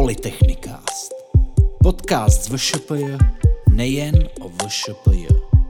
Polytechnikast. Podcast z VŠPJ, nejen o VŠPJ.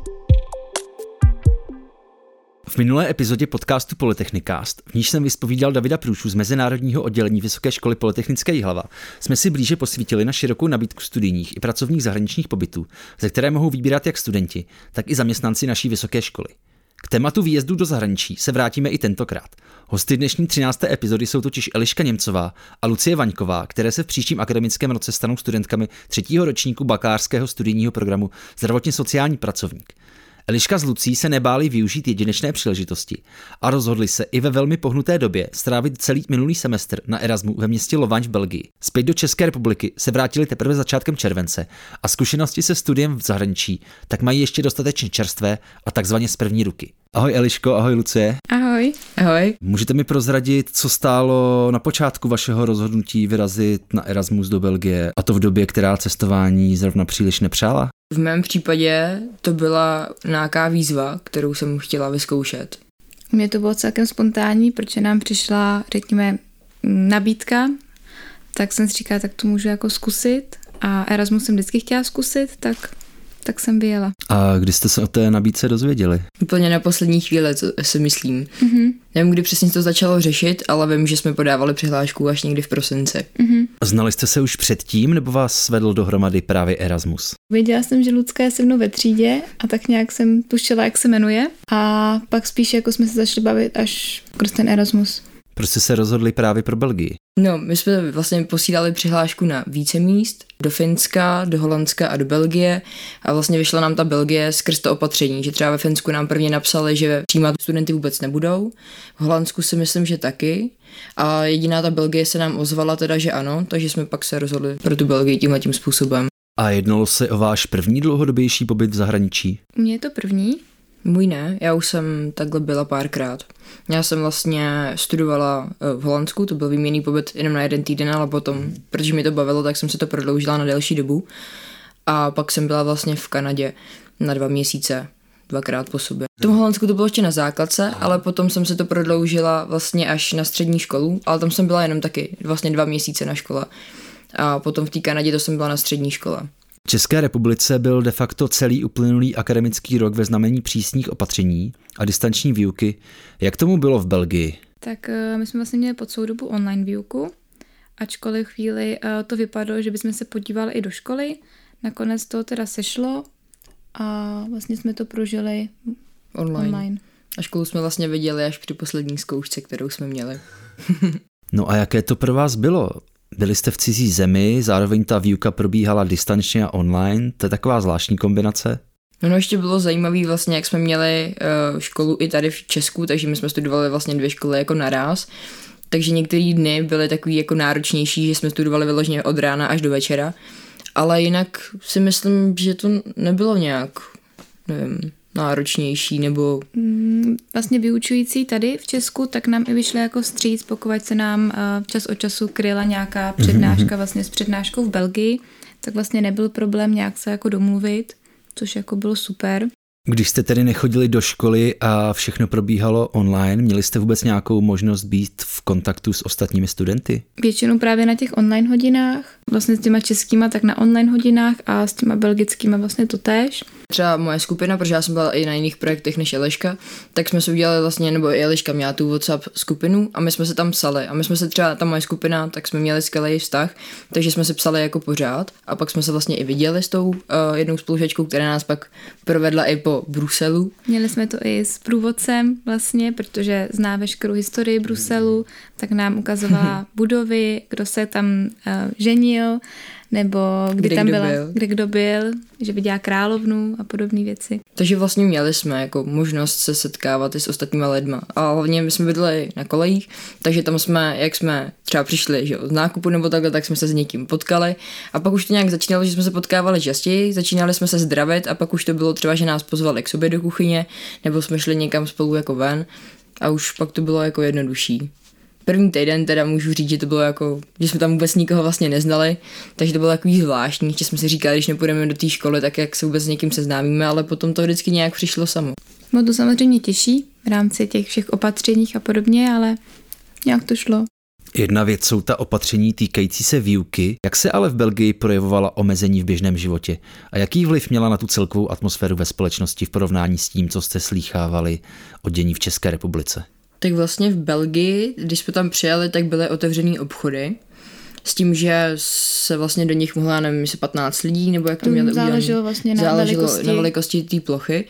V minulé epizodě podcastu Polytechnikast, v níž jsem vyspovídal Davida Průšu z Mezinárodního oddělení Vysoké školy Polytechnické Jihlava, jsme si blíže posvítili na širokou nabídku studijních i pracovních zahraničních pobytů, ze které mohou vybírat jak studenti, tak i zaměstnanci naší vysoké školy. K tématu výjezdu do zahraničí se vrátíme i tentokrát. Hosty dnešní 13. epizody jsou totiž Eliška Němcová a Lucie Vaňková, které se v příštím akademickém roce stanou studentkami 3. ročníku bakalářského studijního programu Zdravotně sociální pracovník. Eliška s Lucí se nebáli využít jedinečné příležitosti a rozhodli se i ve velmi pohnuté době strávit celý minulý semestr na Erasmu ve městě Lovaň v Belgii. Zpět do České republiky se vrátili teprve začátkem července a zkušenosti se studiem v zahraničí tak mají ještě dostatečně čerstvé a takzvaně z první ruky. Ahoj Eliško, ahoj Lucie. Ahoj. Ahoj. Můžete mi prozradit, co stálo na počátku vašeho rozhodnutí vyrazit na Erasmus do Belgie, a to v době, která cestování zrovna příliš nepřála? V mém případě to byla nějaká výzva, kterou jsem chtěla vyzkoušet. Mně to bylo celkem spontánní, protože nám přišla, řekněme, nabídka, tak jsem si říkala, tak to můžu jako zkusit a Erasmus jsem vždycky chtěla zkusit, tak jsem vyjela. A kdy jste se o té nabídce dozvěděli? Úplně na poslední chvíli, co si myslím. Mm-hmm. Nevím, kdy přesně to začalo řešit, ale vím, že jsme podávali přihlášku až někdy v prosinci. Mm-hmm. Znali jste se už předtím, nebo vás svedl dohromady právě Erasmus? Věděla jsem, že Lucka je se mnou ve třídě a tak nějak jsem tušila, jak se jmenuje. A pak spíš jako jsme se začali bavit až skrz ten Erasmus. Proč jste se rozhodli právě pro Belgii? No, my jsme vlastně posílali přihlášku na více míst, do Finska, do Holandska a do Belgie a vlastně vyšla nám ta Belgie skrz to opatření, že třeba ve Finsku nám prvně napsali, že přijímat studenty vůbec nebudou, v Holandsku si myslím, že taky a jediná ta Belgie se nám ozvala teda, že ano, takže jsme pak se rozhodli pro tu Belgii tímhletím způsobem. A jednalo se o váš první dlouhodobější pobyt v zahraničí? Mně je to první. Můj ne, já už jsem takhle byla párkrát. Já jsem vlastně studovala v Holandsku, to byl výměnný pobyt jenom na 1 týden, ale potom, protože mi to bavilo, tak jsem se to prodloužila na delší dobu. A pak jsem byla vlastně v Kanadě na 2 měsíce, 2krát po sobě. V tom Holandsku to bylo ještě na základce, ale potom jsem se to prodloužila vlastně až na střední školu, ale tam jsem byla jenom taky vlastně 2 měsíce na škole. A potom v té Kanadě to jsem byla na střední škole. V České republice byl de facto celý uplynulý akademický rok ve znamení přísných opatření a distanční výuky. Jak tomu bylo v Belgii? Tak my jsme vlastně měli po celou dobu online výuku, ačkoliv chvíli to vypadalo, že bychom se podívali i do školy. Nakonec to teda sešlo a vlastně jsme to prožili online. A školu jsme vlastně viděli až při poslední zkoušce, kterou jsme měli. No a jaké to pro vás bylo? Byli jste v cizí zemi, zároveň ta výuka probíhala distančně a online, to je taková zvláštní kombinace? No ještě bylo zajímavé vlastně, jak jsme měli školu i tady v Česku, takže my jsme studovali vlastně 2 školy jako naraz, takže některé dny byly takový jako náročnější, že jsme studovali vyloženě od rána až do večera, ale jinak si myslím, že to nebylo nějak, nevím, náročnější nebo... Vlastně vyučující tady v Česku, tak nám i vyšlo jako vstříc, pokud se nám čas od času kryla nějaká přednáška vlastně s přednáškou v Belgii, tak vlastně nebyl problém nějak se jako domluvit, což jako bylo super. Když jste tedy nechodili do školy a všechno probíhalo online, měli jste vůbec nějakou možnost být v kontaktu s ostatními studenty? Většinou právě na těch online hodinách, vlastně s těma českýma tak na online hodinách a s těma belgickýma vlastně totéž. Třeba moje skupina, protože já jsem byla i na jiných projektech než Eliška, tak jsme se udělali vlastně, nebo i Eliška měla tu WhatsApp skupinu a my jsme se tam psali. A my jsme se třeba, ta moje skupina, tak jsme měli skvělý vztah, takže jsme se psali jako pořád a pak jsme se vlastně i viděli s tou jednou spolužačkou, která nás pak provedla i po Bruselu. Měli jsme to i s průvodcem vlastně, protože zná veškerou historii Bruselu, tak nám ukazovala budovy, kdo se tam ženil, nebo kde kdo byl, že viděla královnu a podobné věci. Takže vlastně měli jsme jako možnost se setkávat i s ostatníma lidma. A hlavně my jsme bydleli na kolejích, takže tam jsme, jak jsme třeba přišli, že z nákupu nebo takhle, tak jsme se s někým potkali. A pak už to nějak začínalo, že jsme se potkávali častěji, začínali jsme se zdravit a pak už to bylo třeba, že nás pozvali k sobě do kuchyně, nebo jsme šli někam spolu jako ven a už pak to bylo jako jednodušší. První týden teda můžu říct, že to bylo jako, že jsme tam vůbec nikoho vlastně neznali, takže to bylo takový zvláštní, že jsme si říkali, když nepůjdeme do té školy, tak jak se vůbec s někým seznámíme, ale potom to vždycky nějak přišlo samo. Bylo to samozřejmě těžší v rámci těch všech opatřeních a podobně, ale nějak to šlo. Jedna věc jsou ta opatření týkající se výuky. Jak se ale v Belgii projevovala omezení v běžném životě? A jaký vliv měla na tu celkovou atmosféru ve společnosti v porovnání s tím, co jste slýchávali o dění v České republice? Tak vlastně v Belgii, když jsme tam přijeli, tak byly otevřený obchody. S tím, že se vlastně do nich mohla, nevím, jestli 15 lidí, nebo jak to měli udělané. Záleželo vlastně na velikosti té plochy.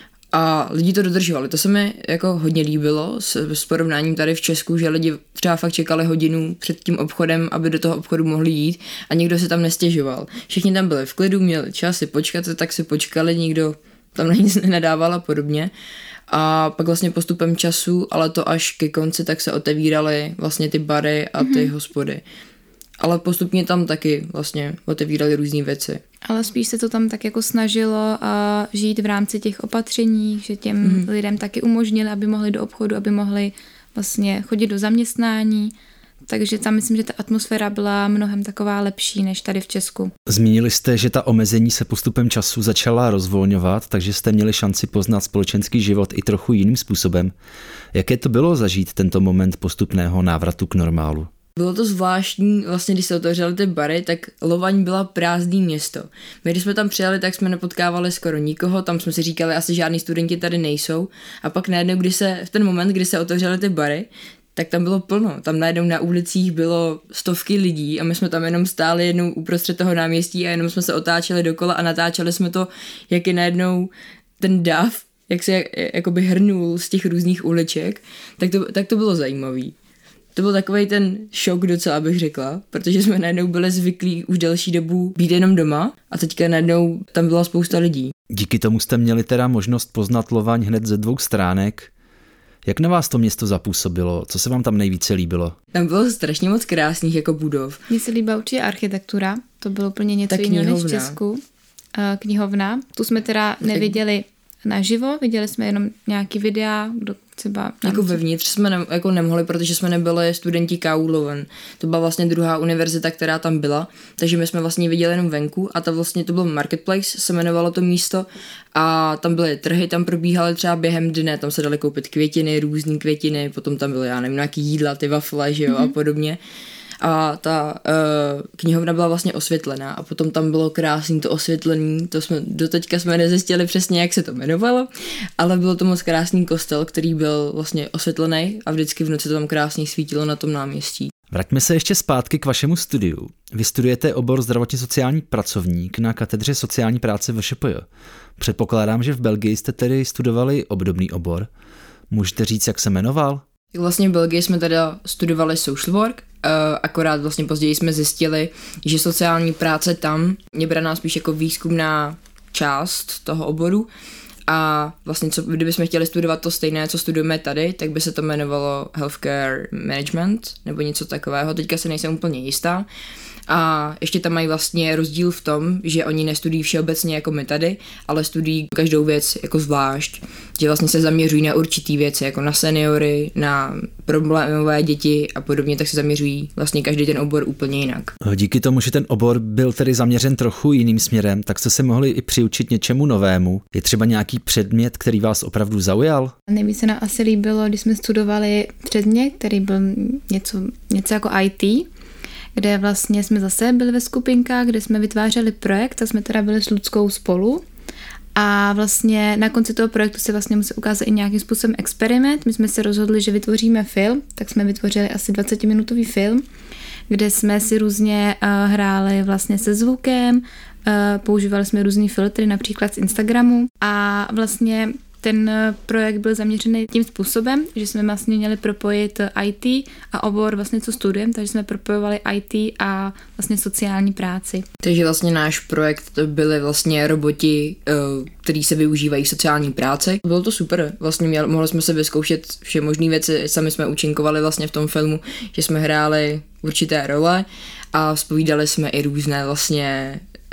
A lidi to dodržovali. To se mi jako hodně líbilo s porovnáním tady v Česku, že lidi třeba fakt čekali hodinu před tím obchodem, aby do toho obchodu mohli jít a nikdo se tam nestěžoval. Všichni tam byli v klidu, měli čas si počkat, tak si počkali, nikdo tam na nic nenadával a podobně. A pak vlastně postupem času, ale to až ke konci, tak se otevíraly vlastně ty bary a ty hospody. Ale postupně tam taky vlastně otevírali různé věci. Ale spíš se to tam tak jako snažilo žít v rámci těch opatření, že těm lidem taky umožnili, aby mohli do obchodu, aby mohli vlastně chodit do zaměstnání. Takže tam myslím, že ta atmosféra byla mnohem taková lepší než tady v Česku. Zmínili jste, že ta omezení se postupem času začala rozvolňovat, takže jste měli šanci poznat společenský život i trochu jiným způsobem. Jaké to bylo zažít tento moment postupného návratu k normálu? Bylo to zvláštní, vlastně když se otevřely ty bary, tak Lovaň byla prázdný město. My když jsme tam přijeli, tak jsme nepotkávali skoro nikoho, tam jsme si říkali, asi žádní studenti tady nejsou. A pak najednou, v ten moment, kdy se otevřely ty bary, tak tam bylo plno. Tam najednou na ulicích bylo stovky lidí a my jsme tam jenom stáli jednou uprostřed toho náměstí a jenom jsme se otáčeli dokola a natáčeli jsme to, jak je najednou ten dav, jak se jakoby hrnul z těch různých uliček, tak to bylo zajímavý. To byl takovej ten šok docela, bych řekla, protože jsme najednou byli zvyklí už delší dobu být jenom doma a teďka najednou tam byla spousta lidí. Díky tomu jste měli teda možnost poznat Lovaň hned ze 2 stránek. Jak na vás to město zapůsobilo? Co se vám tam nejvíce líbilo? Tam bylo strašně moc krásných jako budov. Mně se líbila určitě architektura, to bylo úplně něco jiného než v Česku. Knihovna, tu jsme teda neviděli naživo, viděli jsme jenom nějaký videa, kdo třeba... Jako vevnitř jsme nemohli, protože jsme nebyli studenti KU Leuven. To byla vlastně druhá univerzita, která tam byla, takže my jsme vlastně viděli jenom venku a to byl Marketplace, se jmenovalo to místo a tam byly trhy, tam probíhaly třeba během dne, tam se daly koupit květiny, různý květiny, potom tam byly, já nevím, nějaký jídla, ty wafle, že jo, a podobně. A ta knihovna byla vlastně osvětlená a potom tam bylo krásný to osvětlení, doteďka jsme nezjistili přesně, jak se to jmenovalo, ale bylo to moc krásný kostel, který byl vlastně osvětlený a vždycky v noci to tam krásně svítilo na tom náměstí. Vraťme se ještě zpátky k vašemu studiu. Vy studujete obor zdravotně sociální pracovník na katedře sociální práce VŠPJ. Předpokládám, že v Belgii jste tedy studovali obdobný obor. Můžete říct, jak se jmenoval? Vlastně v Belgii jsme teda studovali social work, akorát vlastně později jsme zjistili, že sociální práce tam je braná spíš jako výzkumná část toho oboru a vlastně kdybychom chtěli studovat to stejné, co studujeme tady, tak by se to jmenovalo healthcare management nebo něco takového, teďka se nejsem úplně jistá. A ještě tam mají vlastně rozdíl v tom, že oni nestudují všeobecně jako my tady, ale studují každou věc jako zvlášť. Že vlastně se zaměřují na určitý věci, jako na seniory, na problémové děti a podobně, tak se zaměřují vlastně každý ten obor úplně jinak. Díky tomu, že ten obor byl tedy zaměřen trochu jiným směrem, tak jste se mohli i přiučit něčemu novému. Je třeba nějaký předmět, který vás opravdu zaujal? Nejvíc se nám asi líbilo, když jsme studovali předmět, který byl něco jako IT, kde vlastně jsme zase byli ve skupinkách, kde jsme vytvářeli projekt a jsme teda byli s Luckou spolu. A vlastně na konci toho projektu se vlastně musí ukázat i nějakým způsobem experiment. My jsme se rozhodli, že vytvoříme film, tak jsme vytvořili asi 20-minutový film, kde jsme si různě hráli vlastně se zvukem, používali jsme různý filtry, například z Instagramu a vlastně ten projekt byl zaměřený tím způsobem, že jsme vlastně měli propojit IT a obor vlastně co studujeme, takže jsme propojovali IT a vlastně sociální práci. Takže vlastně náš projekt byly vlastně roboti, který se využívají v sociální práci. Bylo to super, vlastně mohli jsme se vyzkoušet vše možné věci, sami jsme účinkovali vlastně v tom filmu, že jsme hráli určité role a zpovídali jsme i různé vlastně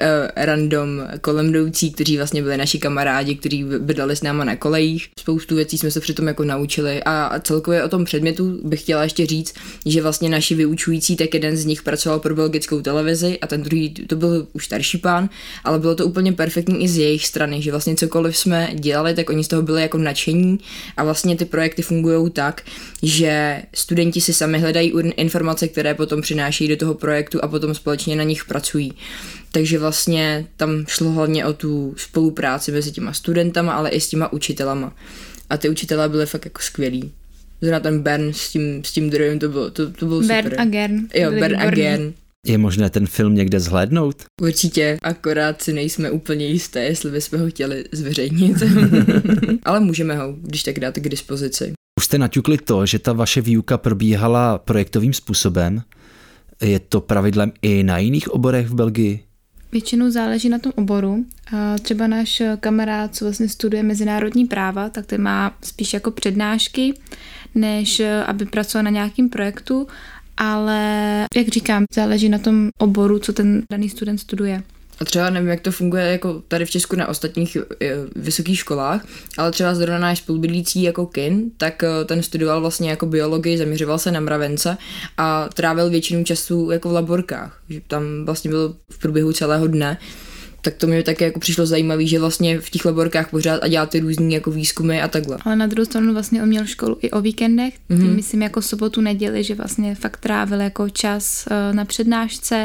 random kolem jdoucí, kteří vlastně byli naši kamarádi, kteří bydleli s náma na kolejích. Spoustu věcí jsme se přitom jako naučili a celkově o tom předmětu bych chtěla ještě říct, že vlastně naši vyučující, tak jeden z nich pracoval pro belgickou televizi a ten druhý to byl už starší pán, ale bylo to úplně perfektní i z jejich strany, že vlastně cokoliv jsme dělali, tak oni z toho byli jako nadšení a vlastně ty projekty fungují tak, že studenti si sami hledají informace, které potom přinášejí do toho projektu a potom společně na nich pracují. Takže vlastně tam šlo hlavně o tu spolupráci mezi těma studentama, ale i s těma učitelama. A ty učitelé byli fakt jako skvělí. Zrovna ten Bern s tím druhým, to bylo super. Bern a Gern. Jo, Bern a Gern. Je možné ten film někde zhlédnout? Určitě, akorát si nejsme úplně jisté, jestli bychom ho chtěli zveřejnit. Ale můžeme ho, když tak dát k dispozici. Už jste naťukli to, že ta vaše výuka probíhala projektovým způsobem. Je to pravidlem i na jiných oborech v Belgii? Většinou záleží na tom oboru. Třeba náš kamarád, co vlastně studuje mezinárodní práva, tak ten má spíš jako přednášky, než aby pracoval na nějakém projektu, ale jak říkám, záleží na tom oboru, co ten daný student studuje. A třeba nevím, jak to funguje jako tady v Česku na ostatních vysokých školách, ale třeba zrovna náš spolubydlící jako Kin, tak ten studoval vlastně jako biologii, zaměřoval se na mravence a trávil většinu času jako v laborkách, že tam vlastně byl v průběhu celého dne. Tak to mi také jako přišlo zajímavé, že vlastně v těch laborkách pořád a dělá ty různý jako výzkumy a takhle. Ale na druhou stranu vlastně měl školu i o víkendech, myslím jako sobotu, neděli, že vlastně fakt trávil jako čas na přednášce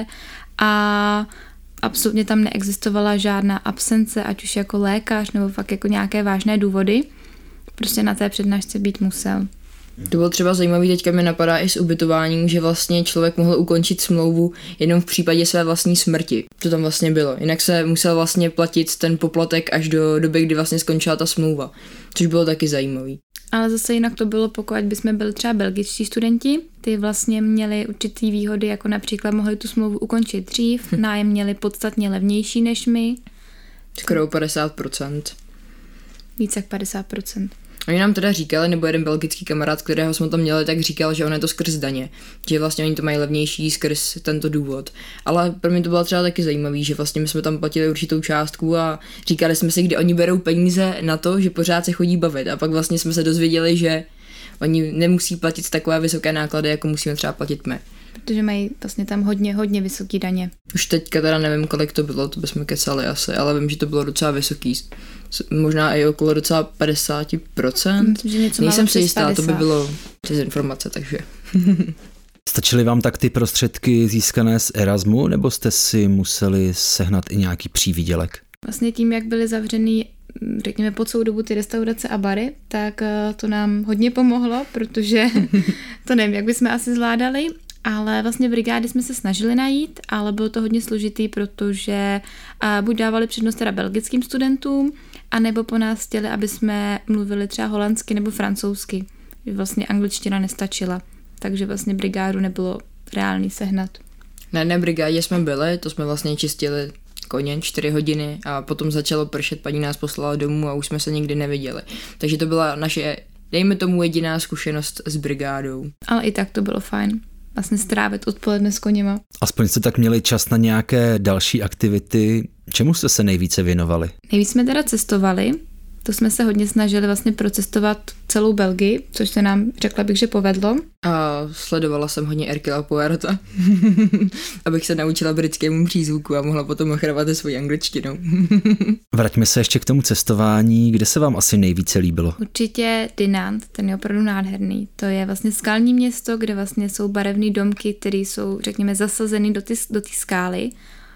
a absolutně tam neexistovala žádná absence, ať už jako lékař nebo fakt jako nějaké vážné důvody. Prostě na té přednášce být musel. To bylo třeba zajímavé, teďka mi napadá i s ubytováním, že vlastně člověk mohl ukončit smlouvu jenom v případě své vlastní smrti. To tam vlastně bylo. Jinak se musel vlastně platit ten poplatek až do doby, kdy vlastně skončila ta smlouva. Což bylo taky zajímavý. Ale zase jinak to bylo, pokud bychom byli třeba belgičtí studenti, ty vlastně měli určitý výhody, jako například mohli tu smlouvu ukončit dřív, nájem měli podstatně levnější než my. Skoro 50%. Víc jak 50%. Oni nám teda říkali, nebo jeden belgický kamarád, kterého jsme tam měli, tak říkal, že on je to skrz daně, že vlastně oni to mají levnější skrz tento důvod. Ale pro mě to bylo třeba taky zajímavý, že vlastně my jsme tam platili určitou částku a říkali jsme si, kde oni berou peníze na to, že pořád se chodí bavit. A pak vlastně jsme se dozvěděli, že oni nemusí platit takové vysoké náklady, jako musíme třeba platit my. Protože mají vlastně tam hodně vysoký daně. Už teďka teda nevím, kolik to bylo, to bychom kecali asi, ale vím, že to bylo docela vysoký. Možná i okolo docela 50%. Myslím, že něco nejsem si jistá, 50. to by bylo přes informace, takže. Stačily vám tak ty prostředky získané z Erasmu, nebo jste si museli sehnat i nějaký přívýdělek? Vlastně tím, jak byly zavřený, řekněme, po celou dobu ty restaurace a bary, tak to nám hodně pomohlo, protože to nevím, jak bychom asi zvládali, ale vlastně brigády jsme se snažili najít, ale bylo to hodně složitý, protože buď dávali přednost teda belgickým studentům, anebo po nás chtěli, aby jsme mluvili třeba holandsky nebo francouzsky. Vlastně angličtina nestačila, takže vlastně brigádu nebylo reálný sehnat. Na jedné brigádě jsme byli, to jsme vlastně čistili koně 4 hodiny a potom začalo pršet, paní nás poslala domů a už jsme se nikdy neviděli. Takže to byla naše, dejme tomu, jediná zkušenost s brigádou. Ale i tak to bylo fajn. Vlastně strávit odpoledne s koněma. Aspoň jste tak měli čas na nějaké další aktivity. Čemu jste se nejvíce věnovali? Nejvíc jsme teda cestovali. To jsme se hodně snažili vlastně procestovat celou Belgii, což se nám, řekla bych, že povedlo. A sledovala jsem hodně Hercula Poirota, abych se naučila britskému přízvuku a mohla potom ochrovat svoji angličtinou. Vraťme se ještě k tomu cestování, kde se vám asi nejvíce líbilo? Určitě Dinant, ten je opravdu nádherný. To je vlastně skalní město, kde vlastně jsou barevné domky, které jsou, řekněme, zasazeny do té skály.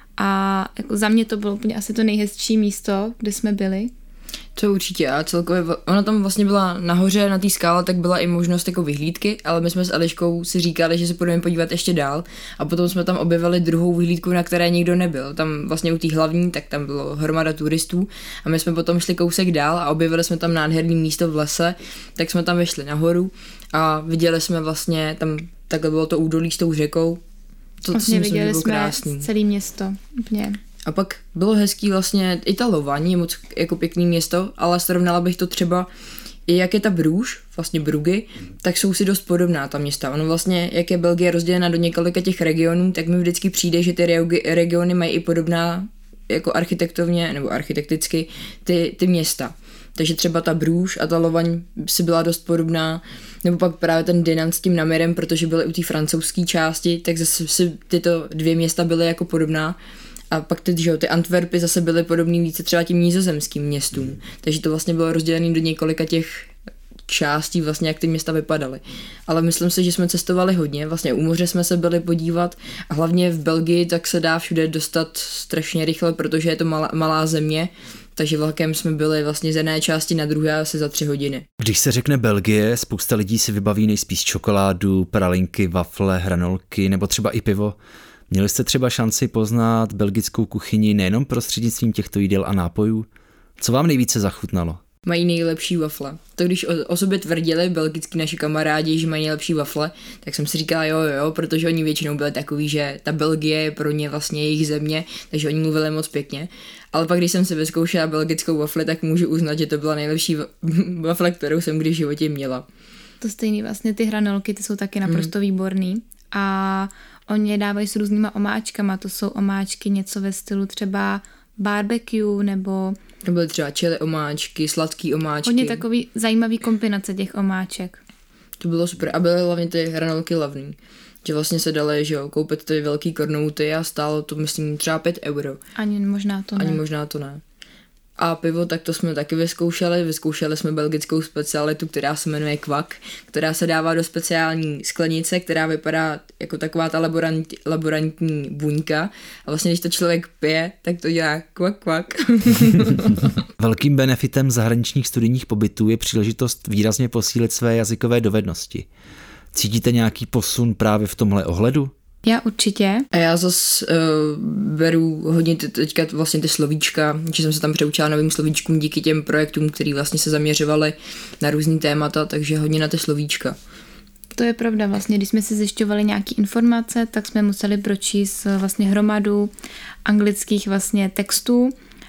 A jako za mě to bylo úplně asi to nejhezčí místo, kde jsme byli. To určitě a celkově, ona tam vlastně byla nahoře na té skále, tak byla i možnost jako vyhlídky, ale my jsme s Eliškou si říkali, že se půjdeme podívat ještě dál a potom jsme tam objevili druhou vyhlídku, na které nikdo nebyl. Tam vlastně u té hlavní, tak tam bylo hromada turistů a my jsme potom šli kousek dál a objevili jsme tam nádherný místo v lese, tak jsme tam vyšli nahoru a viděli jsme vlastně tam, takhle bylo to údolí s tou řekou. To vlastně myslím, viděli jsme krásný. Celé město. Úplně. A pak bylo hezký vlastně i ta Lovani, je moc jako pěkný město, ale srovnala bych to třeba i jak je ta Bruges, vlastně Bruggy, tak jsou si dost podobná ta města. Ono vlastně, jak je Belgie rozdělena do několika těch regionů, tak mi vždycky přijde, že ty regiony mají i podobná jako architektovně nebo architekticky ty města. Takže třeba ta Bruges a ta Lovaň si byla dost podobná, nebo pak právě ten Dinan s tím Namirem, protože byly u té francouzské části, tak zase si tyto dvě města byly jako podobná. A pak ty Antwerpy zase byly podobný více třeba tím nizozemským městům. Takže to vlastně bylo rozdělené do několika těch částí, vlastně jak ty města vypadaly. Ale myslím si, že jsme cestovali hodně, vlastně u moře jsme se byli podívat a hlavně v Belgii tak se dá všude dostat strašně rychle, protože je to malá země, takže vlakem jsme byli vlastně z jedné části na druhé asi za 3 hodiny. Když se řekne Belgie, spousta lidí si vybaví nejspíš čokoládu, pralinky, wafle, hranolky nebo třeba i pivo. Měli jste třeba šanci poznat belgickou kuchyni nejenom prostřednictvím těchto jídel a nápojů? Co vám nejvíce zachutnalo? Mají nejlepší wafle. To když o sobě tvrdili belgický naši kamarádi, že mají nejlepší wafle, tak jsem si říkala jo, protože oni většinou byli takový, že ta Belgie je pro ně vlastně jejich země, takže oni mluvili moc pěkně. Ale pak, když jsem si vyzkoušela belgickou wafli, tak můžu uznat, že to byla nejlepší wafle, kterou jsem kdy v životě měla. To stejný, vlastně ty hranolky, ty jsou taky naprosto výborný a oni je dávají s různýma omáčkama, to jsou omáčky něco ve stylu třeba barbecue nebo... To byly třeba chili omáčky, sladký omáčky. Hodně takový zajímavý kombinace těch omáček. To bylo super a byly hlavně ty hranolky levný. Že vlastně se daly, že jo, koupit ty velký kornouty a stálo to, myslím, třeba 5 €. Ani možná to ne. A pivo, tak to jsme taky vyzkoušeli. Vyzkoušeli jsme belgickou specialitu, která se jmenuje kvak, která se dává do speciální sklenice, která vypadá jako taková ta laborantní buňka. A vlastně, když to člověk pije, tak to dělá kvak, kvak. Velkým benefitem zahraničních studijních pobytů je příležitost výrazně posílit své jazykové dovednosti. Cítíte nějaký posun právě v tomhle ohledu? Já určitě. A já zase beru hodně teďka vlastně ty slovíčka, že jsem se tam přeučila novým slovíčkům díky těm projektům, který vlastně se zaměřovaly na různý témata, takže hodně na ty slovíčka. To je pravda, vlastně, když jsme si zjišťovali nějaké informace, tak jsme museli pročíst vlastně hromadu anglických vlastně textů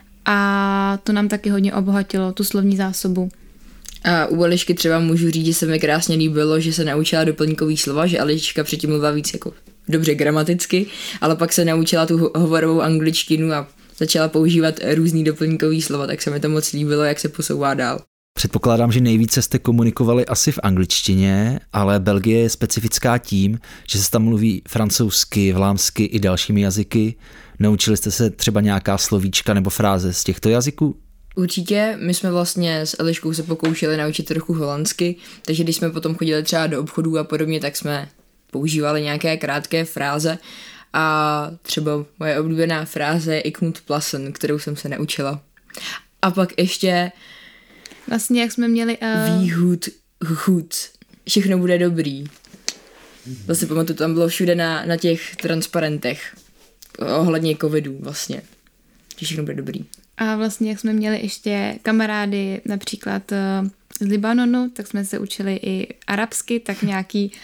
a to nám taky hodně obohatilo tu slovní zásobu. A u Elišky třeba můžu říct, že se mi krásně líbilo, že se naučila doplňkový slova, že Eliška předtím mluvila víc jako dobře gramaticky, ale pak se naučila tu hovorovou angličtinu a začala používat různý doplňkový slova, tak se mi to moc líbilo, jak se posouvá dál. Předpokládám, že nejvíce jste komunikovali asi v angličtině, ale Belgie je specifická tím, že se tam mluví francouzsky, vlámsky i dalšími jazyky. Naučili jste se třeba nějaká slovíčka nebo fráze z těchto jazyků? Určitě, my jsme vlastně s Eliškou se pokoušeli naučit trochu holandsky, takže když jsme potom chodili třeba do obchodů a podobně, tak jsme používali nějaké krátké fráze a třeba moje oblíbená fráze je ik moet plassen, kterou jsem se naučila. A pak ještě vlastně jak jsme měli wie goed, všechno bude dobrý. To si pamatuju, tam bylo všude na těch transparentech ohledně covidu vlastně, že všechno bude dobrý. A vlastně jak jsme měli ještě kamarády například z Libanonu, tak jsme se učili i arabsky, tak nějaký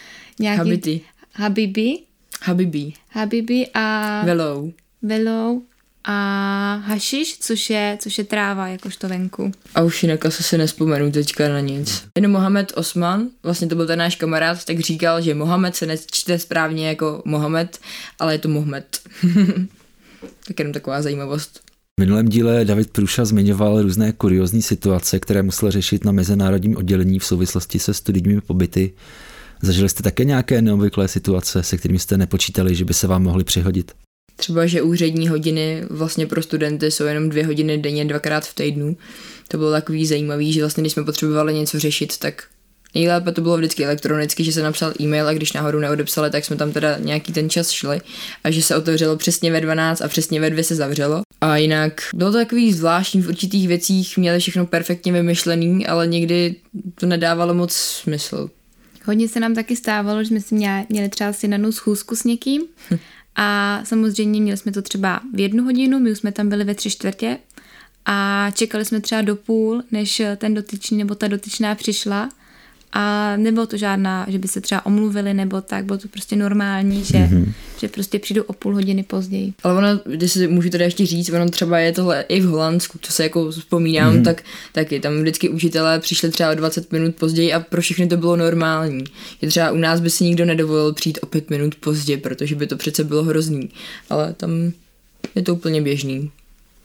Habibi a velou a hašiš, což je tráva jakožto venku. A už jinak asi si nespomenu teďka na nic. Jenom Mohamed Osman, vlastně to byl ten náš kamarád, tak říkal, že Mohamed se nečte správně jako Mohamed, ale je to Mohamed. Tak jenom taková zajímavost. V minulém díle David Průša zmiňoval různé kuriózní situace, které musel řešit na mezinárodním oddělení v souvislosti se studijními pobyty. Zažili jste také nějaké neobvyklé situace, se kterými jste nepočítali, že by se vám mohly přihodit? Třeba, že úřední hodiny vlastně pro studenty jsou jenom 2 hodiny denně, 2krát v týdnu. To bylo takový zajímavý, že vlastně když jsme potřebovali něco řešit, tak nejlépe to bylo vždycky elektronicky, že se napsal e-mail a když náhodou neodepsali, tak jsme tam teda nějaký ten čas šli a že se otevřelo přesně ve 12 a přesně ve 2 se zavřelo. A jinak bylo to takový zvláštní, v určitých věcích měli všechno perfektně vymyšlený, ale někdy to nedávalo moc smysl. Hodně se nám taky stávalo, že jsme si měli třeba sjednanou schůzku s někým a samozřejmě měli jsme to třeba v 1 hodinu, my už jsme tam byli ve 3/4 a čekali jsme třeba do půl, než ten dotyčný nebo ta dotyčná přišla. A nebylo to žádná, že by se třeba omluvili nebo tak, bylo to prostě normální, že prostě přijdu o půl hodiny později. Ale ono, když si můžu teda ještě říct, ono třeba je tohle i v Holandsku, co se jako vzpomínám, tak taky tam vždycky učitelé přišli třeba o 20 minut později a pro všechny to bylo normální. Že třeba u nás by si nikdo nedovolil přijít o 5 minut pozdě, protože by to přece bylo hrozný, ale tam je to úplně běžný.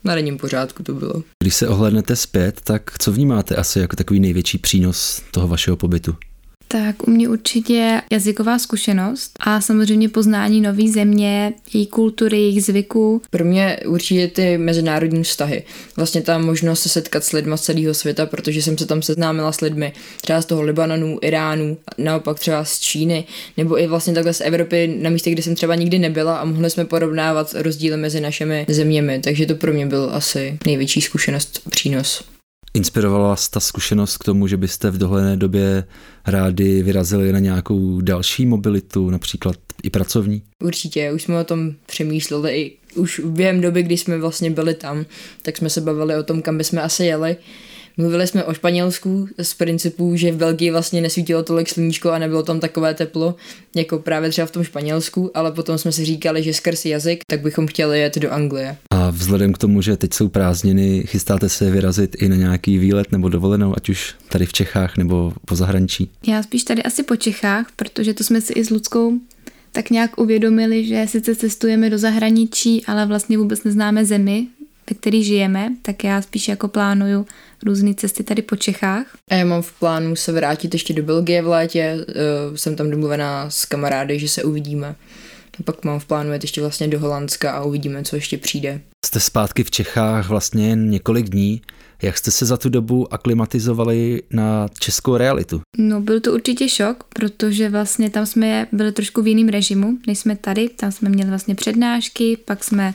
Na denním pořádku to bylo. Když se ohlédnete zpět, tak co vnímáte asi jako takový největší přínos toho vašeho pobytu? Tak u mě určitě jazyková zkušenost a samozřejmě poznání nové země, její kultury, jejich zvyků. Pro mě určitě ty mezinárodní vztahy. Vlastně ta možnost se setkat s lidma z celého světa, protože jsem se tam seznámila s lidmi třeba z toho Libanonu, Iránu, naopak třeba z Číny, nebo i vlastně takhle z Evropy na místě, kde jsem třeba nikdy nebyla a mohli jsme porovnávat rozdíly mezi našimi zeměmi, takže to pro mě byl asi největší zkušenost, přínos. Inspirovala vás ta zkušenost k tomu, že byste v dohledné době rádi vyrazili na nějakou další mobilitu, například i pracovní? Určitě, už jsme o tom přemýšleli i už během doby, kdy jsme vlastně byli tam, tak jsme se bavili o tom, kam bychom asi jeli. Mluvili jsme o Španělsku z principu, že v Belgii vlastně nesvítilo tolik sluníčko a nebylo tam takové teplo, jako právě třeba v tom Španělsku, ale potom jsme si říkali, že skrz jazyk, tak bychom chtěli jet do Anglie. A vzhledem k tomu, že teď jsou prázdniny, chystáte se vyrazit i na nějaký výlet nebo dovolenou, ať už tady v Čechách nebo po zahraničí? Já spíš tady asi po Čechách, protože to jsme si i s Luckou tak nějak uvědomili, že sice cestujeme do zahraničí, ale vlastně vůbec neznáme zemi, ve které žijeme, tak já spíš jako plánuju různé cesty tady po Čechách. A já mám v plánu se vrátit ještě do Belgie v létě, jsem tam domluvená s kamarády, že se uvidíme. A pak mám v plánu jet ještě vlastně do Holandska a uvidíme, co ještě přijde. Jste zpátky v Čechách vlastně jen několik dní. Jak jste se za tu dobu aklimatizovali na českou realitu? No, byl to určitě šok, protože vlastně tam jsme byli trošku v jiném režimu, než jsme tady. Tam jsme měli vlastně přednášky, pak jsme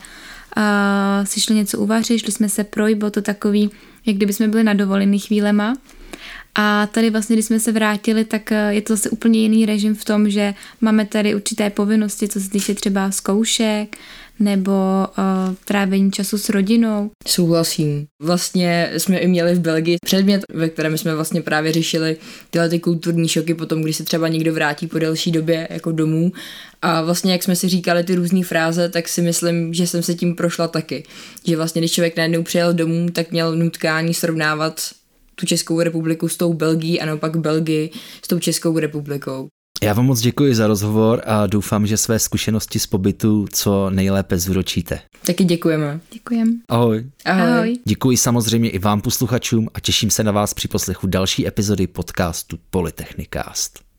si šli něco uvařit, šli jsme se projít, bylo to takový, jak kdyby jsme byli na dovolených chvílema. A tady vlastně, když jsme se vrátili, tak je to zase úplně jiný režim v tom, že máme tady určité povinnosti, co se týče třeba zkoušek nebo trávení času s rodinou. Souhlasím. Vlastně jsme i měli v Belgii předmět, ve kterém jsme vlastně právě řešili tyhle ty kulturní šoky potom, když se třeba někdo vrátí po delší době jako domů. A vlastně, jak jsme si říkali ty různý fráze, tak si myslím, že jsem se tím prošla taky. Že vlastně, když člověk najednou přijel domů, tak měl nutkání srovnávat tu Českou republiku s tou Belgií a naopak Belgii s tou Českou republikou. Já vám moc děkuji za rozhovor a doufám, že své zkušenosti z pobytu co nejlépe zúročíte. Taky děkujeme. Děkujeme. Ahoj. Ahoj. Děkuji samozřejmě i vám posluchačům a těším se na vás při poslechu další epizody podcastu Polytechnicast.